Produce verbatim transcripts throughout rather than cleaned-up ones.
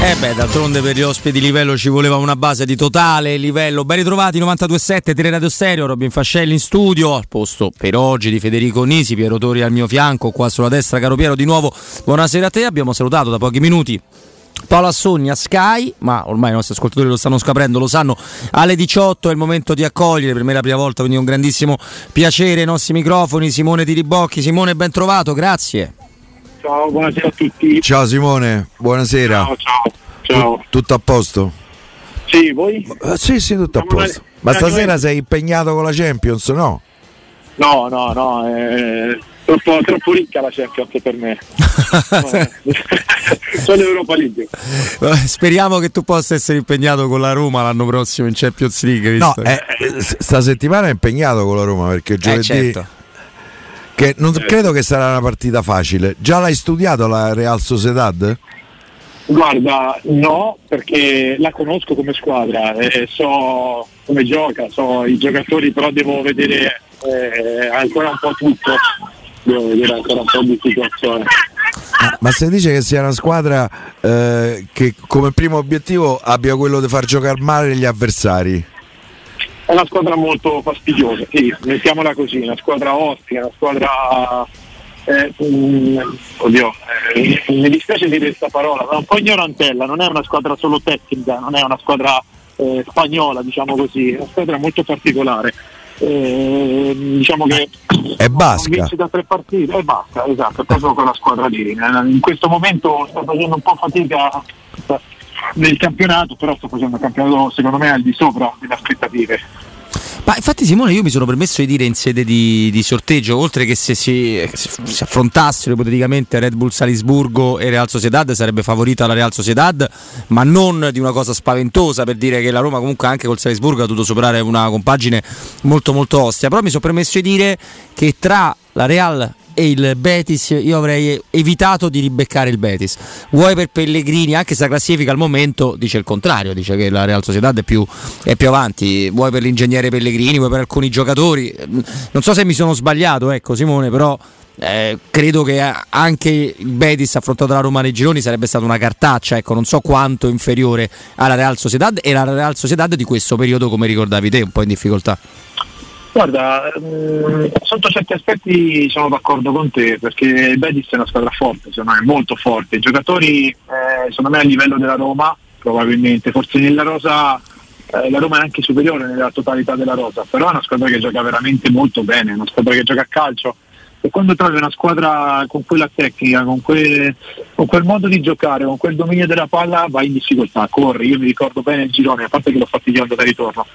Eh beh, d'altronde per gli ospiti di livello ci voleva una base di totale livello. Ben ritrovati, novantadue sette Teleradio Stereo, Robin Fascelli in studio, al posto per oggi di Federico Nisi, Piero Tori al mio fianco, qua sulla destra, caro Piero, di nuovo buonasera a te. Abbiamo salutato da pochi minuti Paolo Assogni a Sky, ma ormai i nostri ascoltatori lo stanno scoprendo, lo sanno, alle diciotto è il momento di accogliere, per me è la prima volta, quindi un grandissimo piacere, i nostri microfoni, Simone Tiribocchi. Simone, ben trovato, grazie. Ciao, buonasera a tutti. Ciao Simone, buonasera. Ciao, ciao. Ciao. Tut- tutto a posto? Sì, voi? Uh, sì, sì, tutto a posto. Ma stasera sei impegnato con la Champions, no? No, no, no, è troppo, troppo ricca la Champions per me. Sono Europa League. Speriamo che tu possa essere impegnato con la Roma l'anno prossimo in Champions League. Visto? No, eh, sta settimana è impegnato con la Roma perché giovedì... Eh, certo. Che non credo che sarà una partita facile. Già l'hai studiato la Real Sociedad? Guarda, no, perché la conosco come squadra, eh, so come gioca, so i giocatori, però devo vedere eh, ancora un po' tutto, devo vedere ancora un po' di situazione. Ma, ma se dice che sia una squadra eh, che come primo obiettivo abbia quello di far giocare male gli avversari? È una squadra molto fastidiosa, sì, mettiamola così, una squadra ostica, una squadra eh, um, oddio, eh, mi dispiace dire questa parola, ma un po' ignorantella, non è una squadra solo tecnica, non è una squadra eh, spagnola, diciamo così, è una squadra molto particolare. Eh, diciamo che è basca, non vince da tre partite, è basca, esatto, è proprio quella squadra lì. In questo momento sto facendo un po' fatica nel campionato, però sto facendo un campionato secondo me al di sopra delle aspettative. Ma infatti Simone, io mi sono permesso di dire in sede di, di sorteggio, oltre che se si, si affrontassero ipoteticamente Red Bull Salisburgo e Real Sociedad, sarebbe favorita la Real Sociedad, ma non di una cosa spaventosa, per dire che la Roma comunque anche col Salisburgo ha dovuto superare una compagine molto molto ostia. Però mi sono permesso di dire che tra la Real e il Betis io avrei evitato di ribeccare il Betis, vuoi per Pellegrini, anche se la classifica al momento dice il contrario, dice che la Real Sociedad è più, è più avanti, vuoi per l'ingegnere Pellegrini, vuoi per alcuni giocatori, non so se mi sono sbagliato, ecco Simone, però eh, credo che anche il Betis affrontato dalla Roma nei gironi sarebbe stata una cartaccia, ecco, non so quanto inferiore alla Real Sociedad, e la Real Sociedad di questo periodo, come ricordavi te, un po' in difficoltà. Guarda, mh, sotto certi aspetti sono d'accordo con te, perché il Betis è una squadra forte, secondo me, molto forte. I giocatori, eh, secondo me, a livello della Roma, probabilmente, forse nella rosa, eh, la Roma è anche superiore nella totalità della rosa, però è una squadra che gioca veramente molto bene, è una squadra che gioca a calcio. E quando trovi una squadra con quella tecnica, con, que, con quel modo di giocare, con quel dominio della palla, vai in difficoltà, corri. Io mi ricordo bene il girone, a parte che l'ho fatto io andare e ritorno,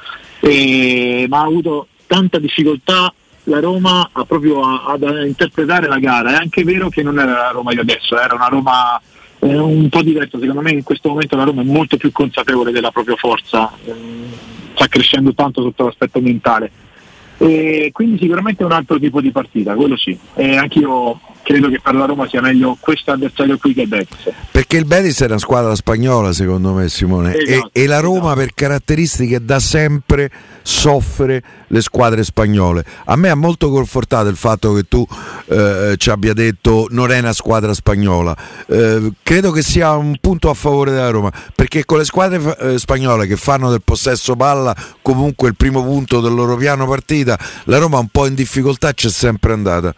e, ma ha avuto tanta difficoltà la Roma a proprio a, ad a interpretare la gara. È anche vero che non era la Roma di adesso, era una Roma eh, un po' diversa. Secondo me in questo momento la Roma è molto più consapevole della propria forza, eh, sta crescendo tanto sotto l'aspetto mentale, e quindi sicuramente è un altro tipo di partita, quello sì. E anch'io credo che per la Roma sia meglio questo avversario qui che il Betis, perché il Betis è una squadra spagnola secondo me, Simone, esatto, e, e la Roma esatto. Per caratteristiche da sempre soffre le squadre spagnole. A me ha molto confortato il fatto che tu eh, ci abbia detto non è una squadra spagnola, eh, credo che sia un punto a favore della Roma, perché con le squadre eh, spagnole che fanno del possesso palla comunque il primo punto del loro piano partita, la Roma un po' in difficoltà c'è sempre andata.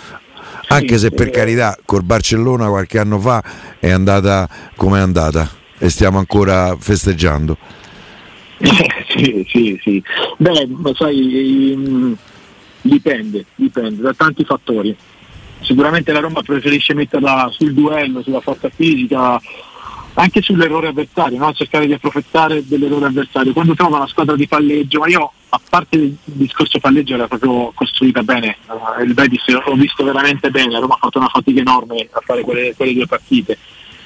Anche se per carità col Barcellona qualche anno fa è andata come è andata e stiamo ancora festeggiando. sì, sì, sì. Beh, ma sai, dipende, dipende da tanti fattori. Sicuramente la Roma preferisce metterla sul duello, sulla forza fisica, anche sull'errore avversario, no? Cercare di approfittare dell'errore avversario. Quando trova una squadra di palleggio, ma io a parte il discorso palleggio era proprio costruita bene, uh, il Betis l'ho visto veramente bene, la Roma ha fatto una fatica enorme a fare quelle, quelle due partite.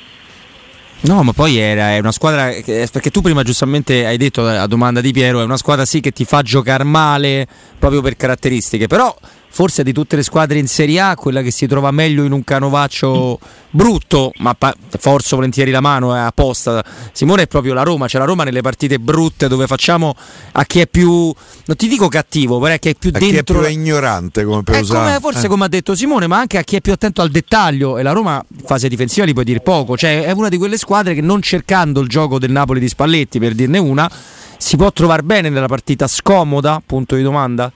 No, ma poi era è una squadra che, perché tu prima giustamente hai detto a domanda di Piero, è una squadra sì che ti fa giocare male proprio per caratteristiche, però forse di tutte le squadre in Serie A quella che si trova meglio in un canovaccio brutto, ma pa- forzo volentieri la mano è eh, apposta. Simone, è proprio la Roma, c'è la Roma nelle partite brutte dove facciamo a chi è più, non ti dico cattivo, però è che è più a dentro, chi è più ignorante, come per è usare. come, forse eh. come ha detto Simone, ma anche a chi è più attento al dettaglio, e la Roma in fase difensiva gli puoi dire poco, cioè è una di quelle squadre che non cercando il gioco del Napoli di Spalletti, per dirne una, si può trovare bene nella partita scomoda, punto di domanda?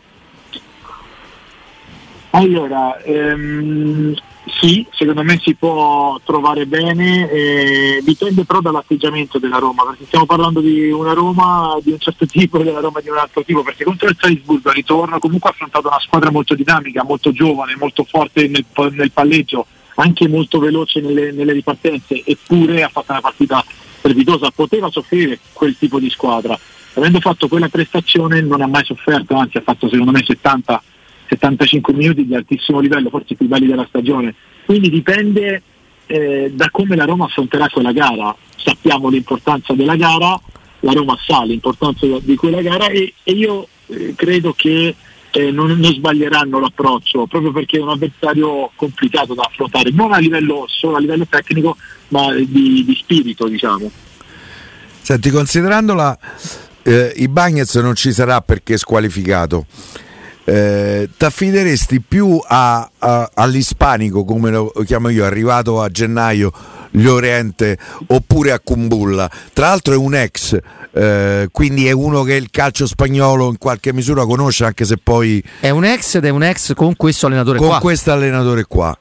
Allora, ehm, sì, secondo me si può trovare bene, eh, dipende però dall'atteggiamento della Roma, perché stiamo parlando di una Roma di un certo tipo e della Roma di un altro tipo, perché contro il Salisburgo al ritorno comunque ha affrontato una squadra molto dinamica, molto giovane, molto forte nel, nel palleggio, anche molto veloce nelle, nelle ripartenze, eppure ha fatto una partita strepitosa, poteva soffrire quel tipo di squadra. Avendo fatto quella prestazione non ha mai sofferto, anzi ha fatto secondo me settanta settantacinque minuti di altissimo livello, forse i più belli della stagione. Quindi dipende eh, da come la Roma affronterà quella gara. Sappiamo l'importanza della gara, la Roma sa l'importanza di quella gara e, e io eh, credo che eh, non, non sbaglieranno l'approccio, proprio perché è un avversario complicato da affrontare, non a livello solo a livello tecnico, ma di, di spirito, diciamo. Senti, considerando la eh, Ibañez non ci sarà perché è squalificato, Eh, t'affideresti più a, a, all'ispanico, come lo chiamo io, arrivato a gennaio, Llorente, oppure a Kumbulla? Tra l'altro è un ex, eh, quindi è uno che il calcio spagnolo in qualche misura conosce, anche se poi è un ex ed è un ex con questo allenatore con qua. questo allenatore qua.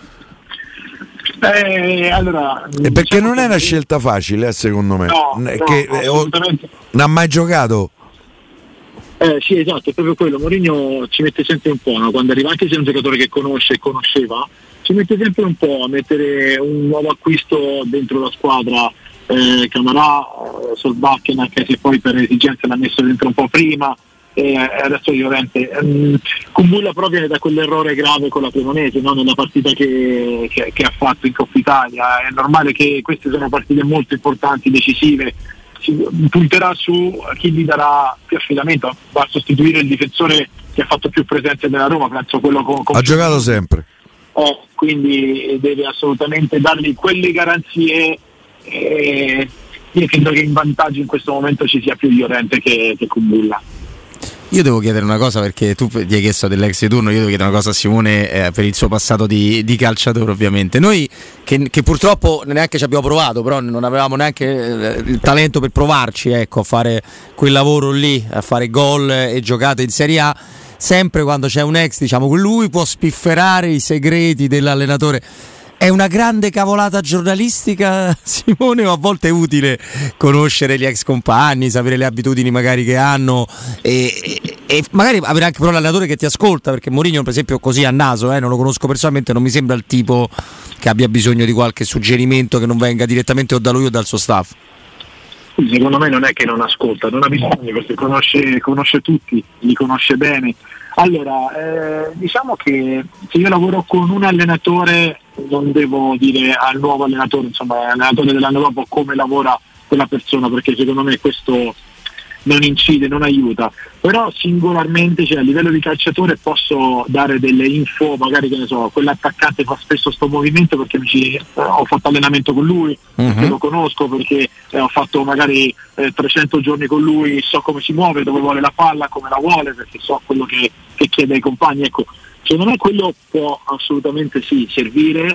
Eh, allora, e perché diciamo non è una che... scelta facile, eh, secondo me. No, N- no, che, assolutamente. Non ha mai giocato? Eh, sì, esatto, è proprio quello. Mourinho ci mette sempre un po', no? Quando arriva, anche se è un giocatore che conosce e conosceva, ci mette sempre un po' a mettere un nuovo acquisto dentro la squadra. eh, Camarà, eh, Solbakken, anche se poi per esigenze l'ha messo dentro un po' prima, e eh, adesso Llorente. Um, Kumbulla però viene da quell'errore grave con la Cremonese, no? Nella partita che, che, che ha fatto in Coppa Italia. È normale che queste sono partite molto importanti, decisive. Si punterà su chi gli darà più affidamento, va a sostituire il difensore che ha fatto più presenze della Roma, penso quello con, con Ha giocato sempre. Eh, quindi deve assolutamente dargli quelle garanzie. Eh, io credo che in vantaggio in questo momento ci sia più Llorente che, che Kumbulla. Io devo chiedere una cosa, perché tu ti hai chiesto dell'ex di turno, io devo chiedere una cosa a Simone eh, per il suo passato di, di calciatore, ovviamente. Noi che, che purtroppo neanche ci abbiamo provato, però non avevamo neanche eh, il talento per provarci, ecco, a fare quel lavoro lì, a fare gol e giocate in Serie A. Sempre quando c'è un ex, diciamo, lui può spifferare i segreti dell'allenatore. È una grande cavolata giornalistica, Simone, o a volte è utile conoscere gli ex compagni, sapere le abitudini magari che hanno e, e, e magari avere anche però l'allenatore che ti ascolta, perché Mourinho per esempio così a naso, eh, non lo conosco personalmente, non mi sembra il tipo che abbia bisogno di qualche suggerimento che non venga direttamente o da lui o dal suo staff. Secondo me non è che non ascolta, non ha bisogno, perché conosce, conosce tutti, li conosce bene. Allora, eh, diciamo che se io lavoro con un allenatore non devo dire al nuovo allenatore, insomma allenatore dell'anno dopo, come lavora quella persona, perché secondo me questo non incide, non aiuta. Però singolarmente, cioè a livello di calciatore, posso dare delle info, magari che ne so, quell'attaccante fa spesso sto movimento perché mi ci, eh, ho fatto allenamento con lui, uh-huh. perché lo conosco, perché eh, ho fatto magari eh, trecento giorni con lui, so come si muove, dove vuole la palla, come la vuole, perché so quello che, che chiede ai compagni. Ecco, secondo me quello può assolutamente sì servire.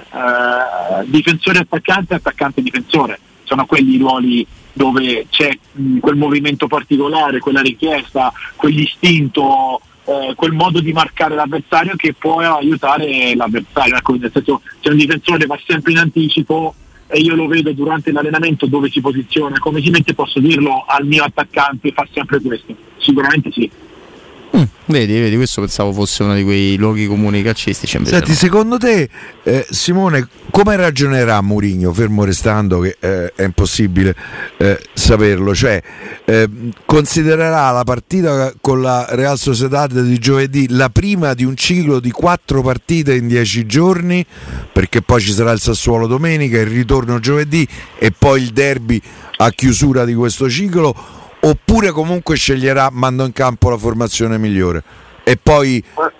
Eh, difensore attaccante, attaccante difensore, sono quelli i ruoli dove c'è mh, quel movimento particolare, quella richiesta, quell'istinto, eh, quel modo di marcare l'avversario che può aiutare l'avversario. Ecco, nel senso, se un difensore va sempre in anticipo e io lo vedo durante l'allenamento dove si posiziona, come si mette, posso dirlo al mio attaccante, fa sempre questo. Sicuramente sì. Mm, vedi, vedi, questo pensavo fosse uno di quei luoghi comuni calcistici. Senti, no. Secondo te, eh, Simone, come ragionerà Mourinho, fermo restando che eh, è impossibile eh, saperlo? Cioè, eh, considererà la partita con la Real Sociedad di giovedì la prima di un ciclo di quattro partite in dieci giorni, perché poi ci sarà il Sassuolo domenica, il ritorno giovedì e poi il derby a chiusura di questo ciclo? Oppure comunque sceglierà, mando in campo la formazione migliore e poi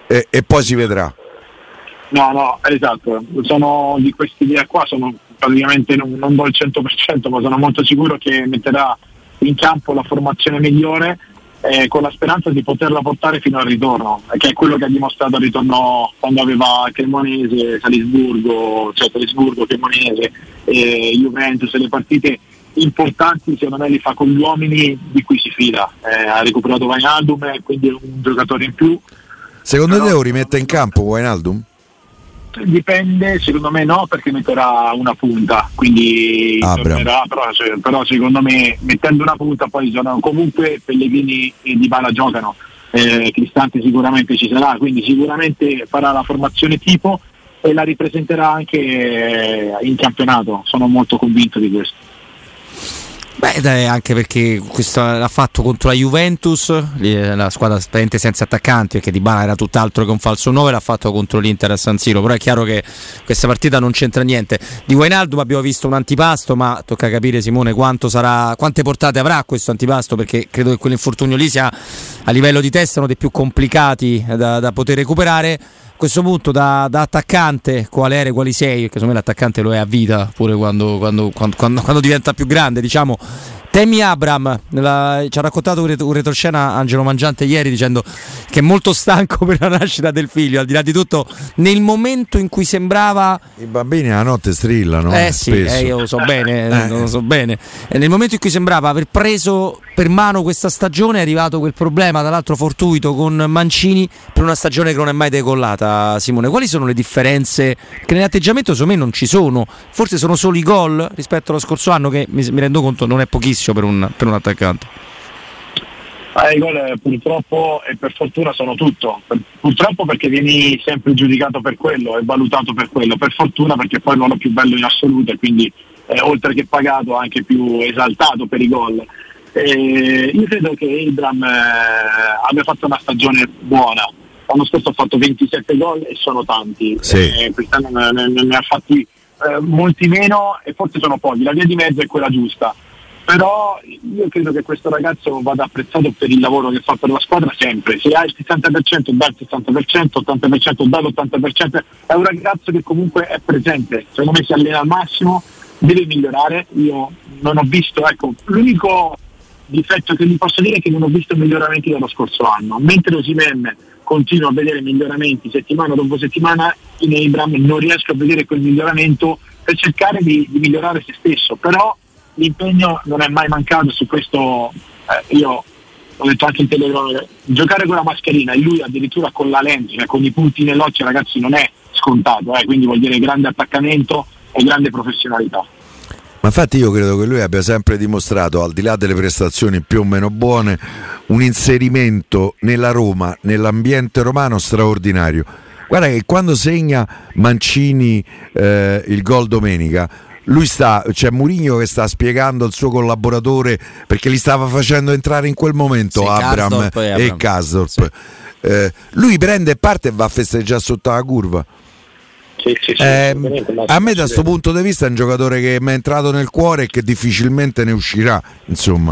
e, e poi si vedrà. No, no, esatto, sono di questi idea qua, sono praticamente non, non do il cento per cento, ma sono molto sicuro che metterà in campo la formazione migliore, eh, con la speranza di poterla portare fino al ritorno, che è quello che ha dimostrato il ritorno quando aveva Cremonese, Salisburgo, cioè Salisburgo, Cremonese, eh, Juventus, le partite importanti secondo me li fa con gli uomini di cui si fida. Eh, ha recuperato Wijnaldum, quindi è un giocatore in più. Secondo Però, te lo rimette in campo Wijnaldum? Dipende, secondo me no, perché metterà una punta, quindi tornerà, però, però secondo me mettendo una punta poi sono comunque Pellegrini e Dybala giocano, eh, Cristante sicuramente ci sarà, quindi sicuramente farà la formazione tipo e la ripresenterà anche in campionato, sono molto convinto di questo. Beh, dai, anche perché questo l'ha fatto contro la Juventus, la squadra senza attaccanti, perché Dybala era tutt'altro che un falso nove, l'ha fatto contro l'Inter a San Siro, però è chiaro che questa partita non c'entra niente. Di Wijnaldum abbiamo visto un antipasto, ma tocca capire, Simone, quanto sarà, quante portate avrà questo antipasto, perché credo che quell'infortunio lì sia a livello di testa uno dei più complicati da, da poter recuperare. A questo punto da, da attaccante quale eri, quali sei, perché secondo me l'attaccante lo è a vita pure quando, quando, quando, quando, quando diventa più grande, diciamo. Tammy Abraham nella, ci ha raccontato un, ret- un retroscena Angelo Mangiante ieri dicendo che è molto stanco per la nascita del figlio, al di là di tutto nel momento in cui sembrava i bambini a notte strillano eh sì, eh, io lo so bene, eh. lo so bene e nel momento in cui sembrava aver preso per mano questa stagione è arrivato quel problema, tra l'altro fortuito, con Mancini per una stagione che non è mai decollata. Simone, quali sono le differenze? Che nell'atteggiamento secondo me non ci sono, forse sono solo i gol rispetto allo scorso anno, che mi, mi rendo conto non è pochissimo per un, per un attaccante. Ah, i gol purtroppo e per fortuna sono tutto, per, purtroppo perché vieni sempre giudicato per quello e valutato per quello, per fortuna perché poi è il ruolo più bello in assoluto e quindi eh, oltre che pagato anche più esaltato per i gol. Eh, io credo che Abraham eh, abbia fatto una stagione buona, l'anno scorso ha fatto ventisette gol e sono tanti, sì. eh, quest'anno ne, ne, ne ha fatti eh, molti meno e forse sono pochi, la via di mezzo è quella giusta. Però io credo che questo ragazzo vada apprezzato per il lavoro che fa per la squadra sempre. Se ha il sessanta per cento dà il sessanta per cento, ottanta per cento dà l'ottanta per cento, è un ragazzo che comunque è presente, secondo me si allena al massimo, deve migliorare. Io non ho visto, ecco, l'unico difetto che gli posso dire è che non ho visto miglioramenti dallo scorso anno, mentre Osimhen continuo a vedere miglioramenti settimana dopo settimana, in Abraham non riesco a vedere quel miglioramento per cercare di, di migliorare se stesso, però l'impegno non è mai mancato su questo. Eh, io ho detto anche in telecamera, giocare con la mascherina e lui addirittura con la lente, cioè con i punti nell'occhio, ragazzi, non è scontato, eh, quindi vuol dire grande attaccamento e grande professionalità. Ma infatti io credo che lui abbia sempre dimostrato, al di là delle prestazioni più o meno buone, un inserimento nella Roma, nell'ambiente romano straordinario. Guarda che quando segna Mancini eh, il gol domenica, lui sta, c'è Mourinho che sta spiegando al suo collaboratore, perché li stava facendo entrare in quel momento, sì, Abraham e, e Karsdorp, sì. eh, lui prende parte e va a festeggiare sotto la curva. Sì, sì, sì, eh, a me da questo punto di vista è un giocatore che mi è entrato nel cuore e che difficilmente ne uscirà, insomma.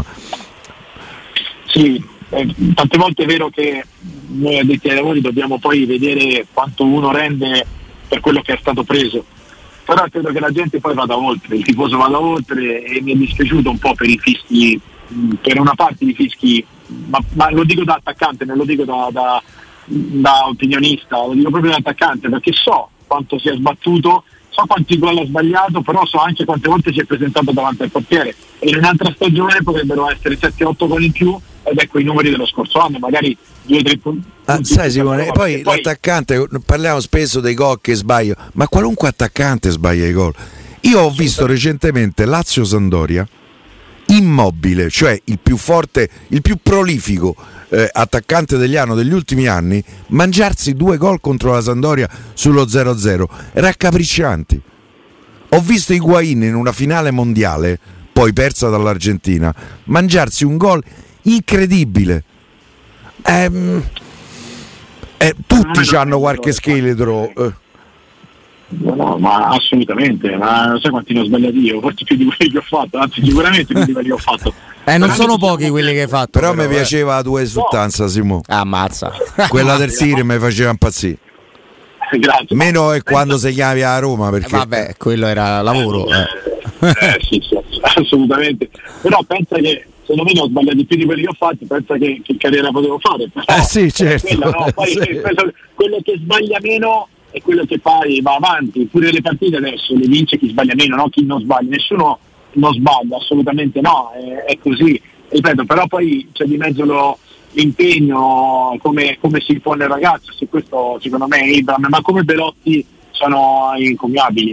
Sì, eh, tante volte è vero che noi addetti ai lavori dobbiamo poi vedere quanto uno rende per quello che è stato preso, però credo che la gente poi vada oltre, il tifoso vada oltre, e mi è dispiaciuto un po' per i fischi, per una parte di fischi, ma, ma lo dico da attaccante, non lo dico da, da, da opinionista, lo dico proprio da attaccante, perché so quanto si è sbattuto, so quanti gol ha sbagliato, però so anche quante volte si è presentato davanti al portiere, e in un'altra stagione potrebbero essere sette otto gol in più, ed ecco i numeri dello scorso anno, magari due tre punti. Ah, sai Simone, e poi, poi l'attaccante, parliamo spesso dei gol che sbaglia, ma qualunque attaccante sbaglia i gol. Io ho visto recentemente Lazio-Sampdoria, Immobile, cioè il più forte, il più prolifico eh, attaccante degli anni, degli ultimi anni, mangiarsi due gol contro la Sampdoria sullo zero zero, raccapriccianti. Ho visto Higuaín in una finale mondiale, poi persa dall'Argentina, mangiarsi un gol incredibile. Ehm, eh, tutti hanno qualche scheletro. Eh. No, no, ma assolutamente, ma non sai quanti ne ho sbagliati io, forse più di quelli che ho fatto, anzi sicuramente più di quelli che ho fatto. Eh, non sono pochi quelli che hai fatto. Però, però mi piaceva la tua esultanza, no. Simo. Ammazza. Quella del Siri mi faceva impazzire. Grazie. Meno è quando si chiavi a Roma, perché eh, vabbè, quello era lavoro. Eh, eh, sì, sì, assolutamente. Però pensa che secondo me ne ho sbagliati più di quelli che ho fatti, pensa che, che carriera potevo fare. Però, eh sì, certo. Quella, no? Poi, sì. quello, quello che sbaglia meno è quello che poi va avanti. Pure le partite adesso le vince chi sbaglia meno, no chi non sbaglia. Nessuno non sbaglia, assolutamente no, è, è così. Ripeto, però poi c'è di mezzo lo, l'impegno, come, come si impone il ragazzo, se questo secondo me è Ibram, ma come Belotti sono incommiabili.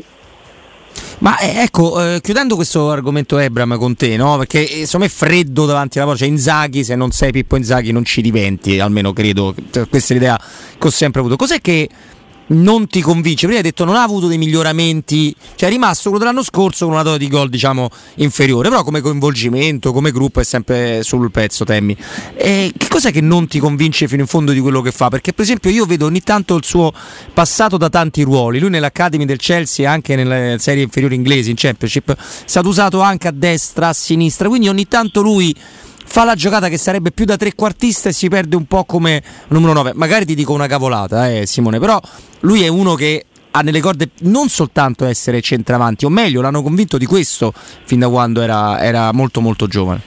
Ma eh, ecco, eh, chiudendo questo argomento Ebram con te, no? Perché eh, insomma è freddo davanti alla porta, cioè Inzaghi, se non sei Pippo Inzaghi non ci diventi, almeno credo, questa è l'idea che ho sempre avuto. Cos'è che non ti convince? Prima hai detto non ha avuto dei miglioramenti, cioè è rimasto quello dell'anno scorso con una dose di gol diciamo inferiore, però come coinvolgimento, come gruppo è sempre sul pezzo. Temmi, e che cos'è che non ti convince fino in fondo di quello che fa? Perché per esempio io vedo ogni tanto il suo passato da tanti ruoli, lui nell'Academy del Chelsea e anche nelle serie inferiori inglesi in Championship è stato usato anche a destra, a sinistra, quindi ogni tanto lui fa la giocata che sarebbe più da trequartista e si perde un po' come numero nove. Magari ti dico una cavolata, eh, Simone, però lui è uno che ha nelle corde non soltanto essere centravanti, o meglio, l'hanno convinto di questo fin da quando era, era molto molto giovane.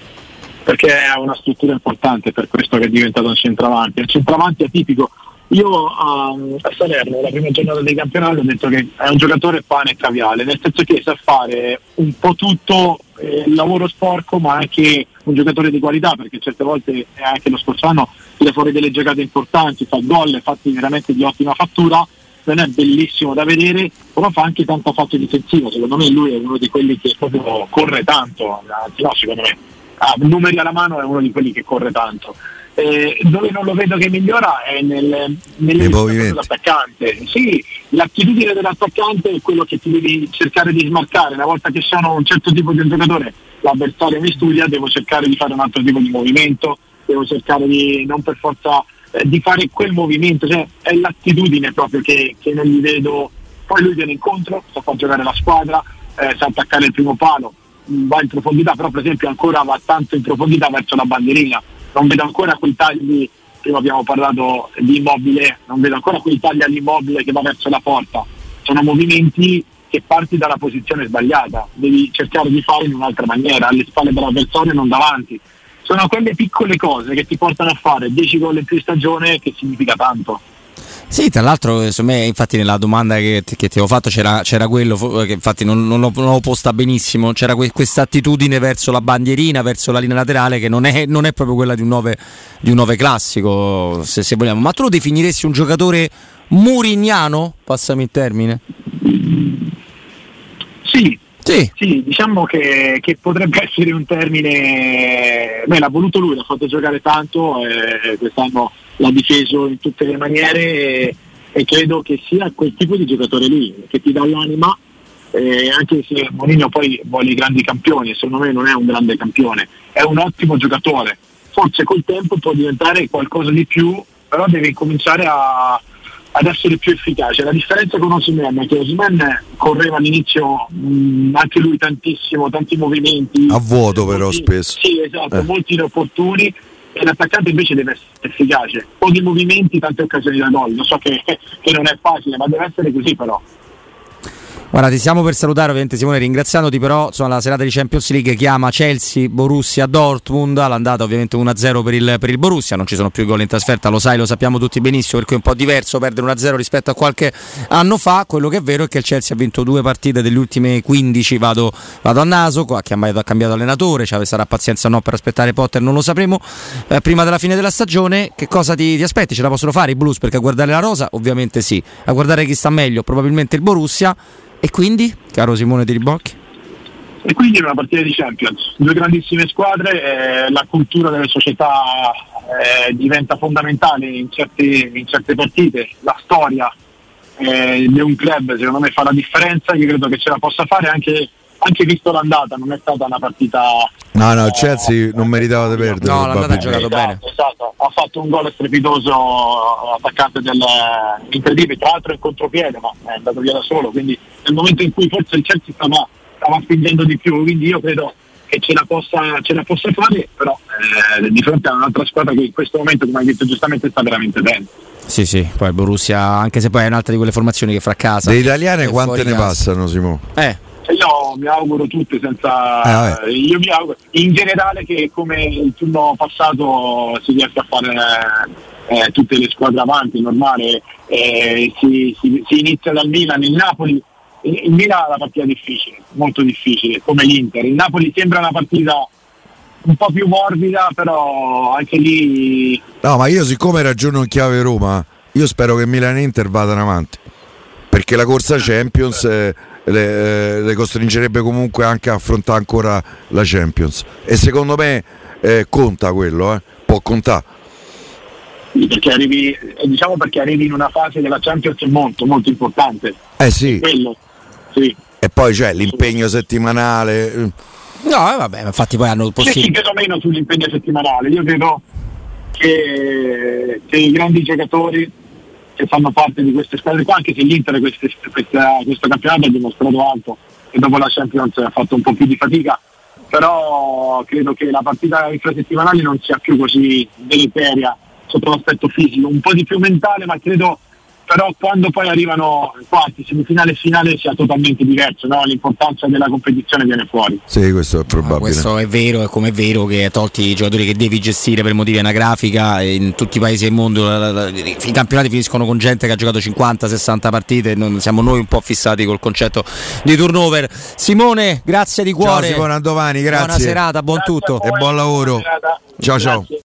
Perché ha una struttura importante, per questo che è diventato un centravanti. Il centravanti è tipico. Io um, a Salerno, la prima giornata dei campionati, ho detto che è un giocatore pane e caviale, nel senso che sa fare un po' tutto, eh, il lavoro sporco, ma anche un giocatore di qualità, perché certe volte, anche lo scorso anno, tira fuori delle giocate importanti, fa gol, fatti veramente di ottima fattura, non è bellissimo da vedere, però fa anche tanta fatto difensivo. Secondo me lui è uno di quelli che proprio corre tanto, anzi no, secondo me, a numeri alla mano è uno di quelli che corre tanto. Eh, dove non lo vedo che migliora è nel, nelle dell'attaccante. Sì, l'attitudine dell'attaccante è quello che ti devi cercare di smarcare. Una volta che sono un certo tipo di giocatore, l'avversario mi studia, devo cercare di fare un altro tipo di movimento, devo cercare di non per forza eh, di fare quel movimento, cioè è l'attitudine proprio che, che non gli vedo. Poi lui viene incontro, sa far giocare la squadra, eh, sa attaccare il primo palo, va in profondità, però per esempio ancora va tanto in profondità verso la bandierina. Non vedo ancora quei tagli, prima abbiamo parlato di Immobile, non vedo ancora quei tagli all'Immobile che va verso la porta. Sono movimenti che parti dalla posizione sbagliata, devi cercare di fare in un'altra maniera, alle spalle dell'avversario e non davanti. Sono quelle piccole cose che ti portano a fare dieci gol in più stagione, che significa tanto. Sì, tra l'altro, insomma, infatti nella domanda che ti, che ti avevo fatto c'era, c'era quello, che infatti non, non, l'ho, non l'ho posta benissimo, c'era que, questa attitudine verso la bandierina, verso la linea laterale, che non è, non è proprio quella di un nove, di un nove classico, se, se vogliamo. Ma tu lo definiresti un giocatore murignano? Passami il termine. Sì. Sì. Sì, diciamo che, che potrebbe essere un termine. Beh, l'ha voluto lui, l'ha fatto giocare tanto, e quest'anno l'ha difeso in tutte le maniere, e, e credo che sia quel tipo di giocatore lì che ti dà l'anima, eh, anche se Mourinho poi vuole i grandi campioni, secondo me non è un grande campione, è un ottimo giocatore, forse col tempo può diventare qualcosa di più, però deve cominciare a ad essere più efficace. La differenza con Osimhen è che Osimhen correva all'inizio mh, anche lui tantissimo, tanti movimenti a vuoto, molti, però spesso sì, esatto, eh. molti inopportuni, e l'attaccante invece deve essere efficace, pochi movimenti, tante occasioni da gol. Lo so che, che non è facile, ma deve essere così. Però guarda, ti stiamo per salutare ovviamente, Simone, ringraziandoti, però insomma, la serata di Champions League chiama Chelsea, Borussia, Dortmund, all'andata ovviamente uno a zero per il, per il Borussia, non ci sono più gol in trasferta, lo sai, lo sappiamo tutti benissimo, per cui è un po' diverso perdere uno a zero rispetto a qualche anno fa. Quello che è vero è che il Chelsea ha vinto due partite delle ultime quindici, vado, vado a naso, ha cambiato, ha cambiato allenatore, cioè, sarà pazienza o no per aspettare Potter non lo sapremo, eh, prima della fine della stagione. Che cosa ti, ti aspetti? Ce la possono fare i Blues? Perché a guardare la rosa ovviamente sì, a guardare chi sta meglio probabilmente il Borussia. E quindi, caro Simone Di Ribocchi? E quindi è una partita di Champions, due grandissime squadre, eh, la cultura delle società eh, diventa fondamentale in certe, in certe partite, la storia eh, di un club secondo me fa la differenza, io credo che ce la possa fare anche, anche visto l'andata, non è stata una partita. No, no, il Chelsea eh, non meritava di perdere. No, l'andata ha giocato esatto, bene. Esatto, ha fatto un gol strepitoso l'attaccante del incredibile, tra l'altro in contropiede, ma è andato via da solo, quindi nel momento in cui forse il Chelsea stava, stava spingendo di più, quindi io credo che ce la possa, ce la possa fare, però eh, di fronte a un'altra squadra che in questo momento, come hai detto giustamente, sta veramente bene. Sì, sì, poi il Borussia, anche se poi è un'altra di quelle formazioni che fracassa. Le italiane quante ne casa. passano, Simo? Eh. Io mi auguro tutte senza eh, io mi auguro in generale che come il turno passato si riesca a fare eh, tutte le squadre avanti, normale, eh, si, si, si inizia dal Milan, il Napoli. Il Milan ha una partita difficile, molto difficile, come l'Inter. Il Napoli sembra una partita un po' più morbida, però anche lì... No, ma io siccome ragiono in chiave Roma, io spero che Milan e Inter vadano avanti, perché la corsa Champions eh, le, eh, le costringerebbe comunque anche a affrontare ancora la Champions. E secondo me eh, conta quello, eh, può contare. Perché arrivi, diciamo perché arrivi in una fase della Champions molto, molto importante. Eh sì. Quello. Sì. E poi c'è l'impegno settimanale. No, eh, vabbè, infatti poi hanno possibile. Io ci credo meno sull'impegno settimanale. Io credo che, che i grandi giocatori che fanno parte di queste squadre qua, anche se l'Inter queste, questa, questo campionato ha dimostrato alto e dopo la Champions ha fatto un po' più di fatica, però credo che la partita infrasettimanale non sia più così deleteria sotto l'aspetto fisico, un po' di più mentale, ma credo però quando poi arrivano quarti, semifinale e finale sia totalmente diverso, no? L'importanza della competizione viene fuori. Sì, questo è probabile. No, questo è vero, è come è vero che tolti i giocatori che devi gestire per motivi anagrafica, e in tutti i paesi del mondo la, la, la, i campionati finiscono con gente che ha giocato cinquanta sessanta partite, non, siamo noi un po' fissati col concetto di turnover. Simone, grazie di cuore. Ciao Simone, a domani, grazie. Buona serata, buon Grazie tutto e buon lavoro. Ciao. Grazie. Ciao.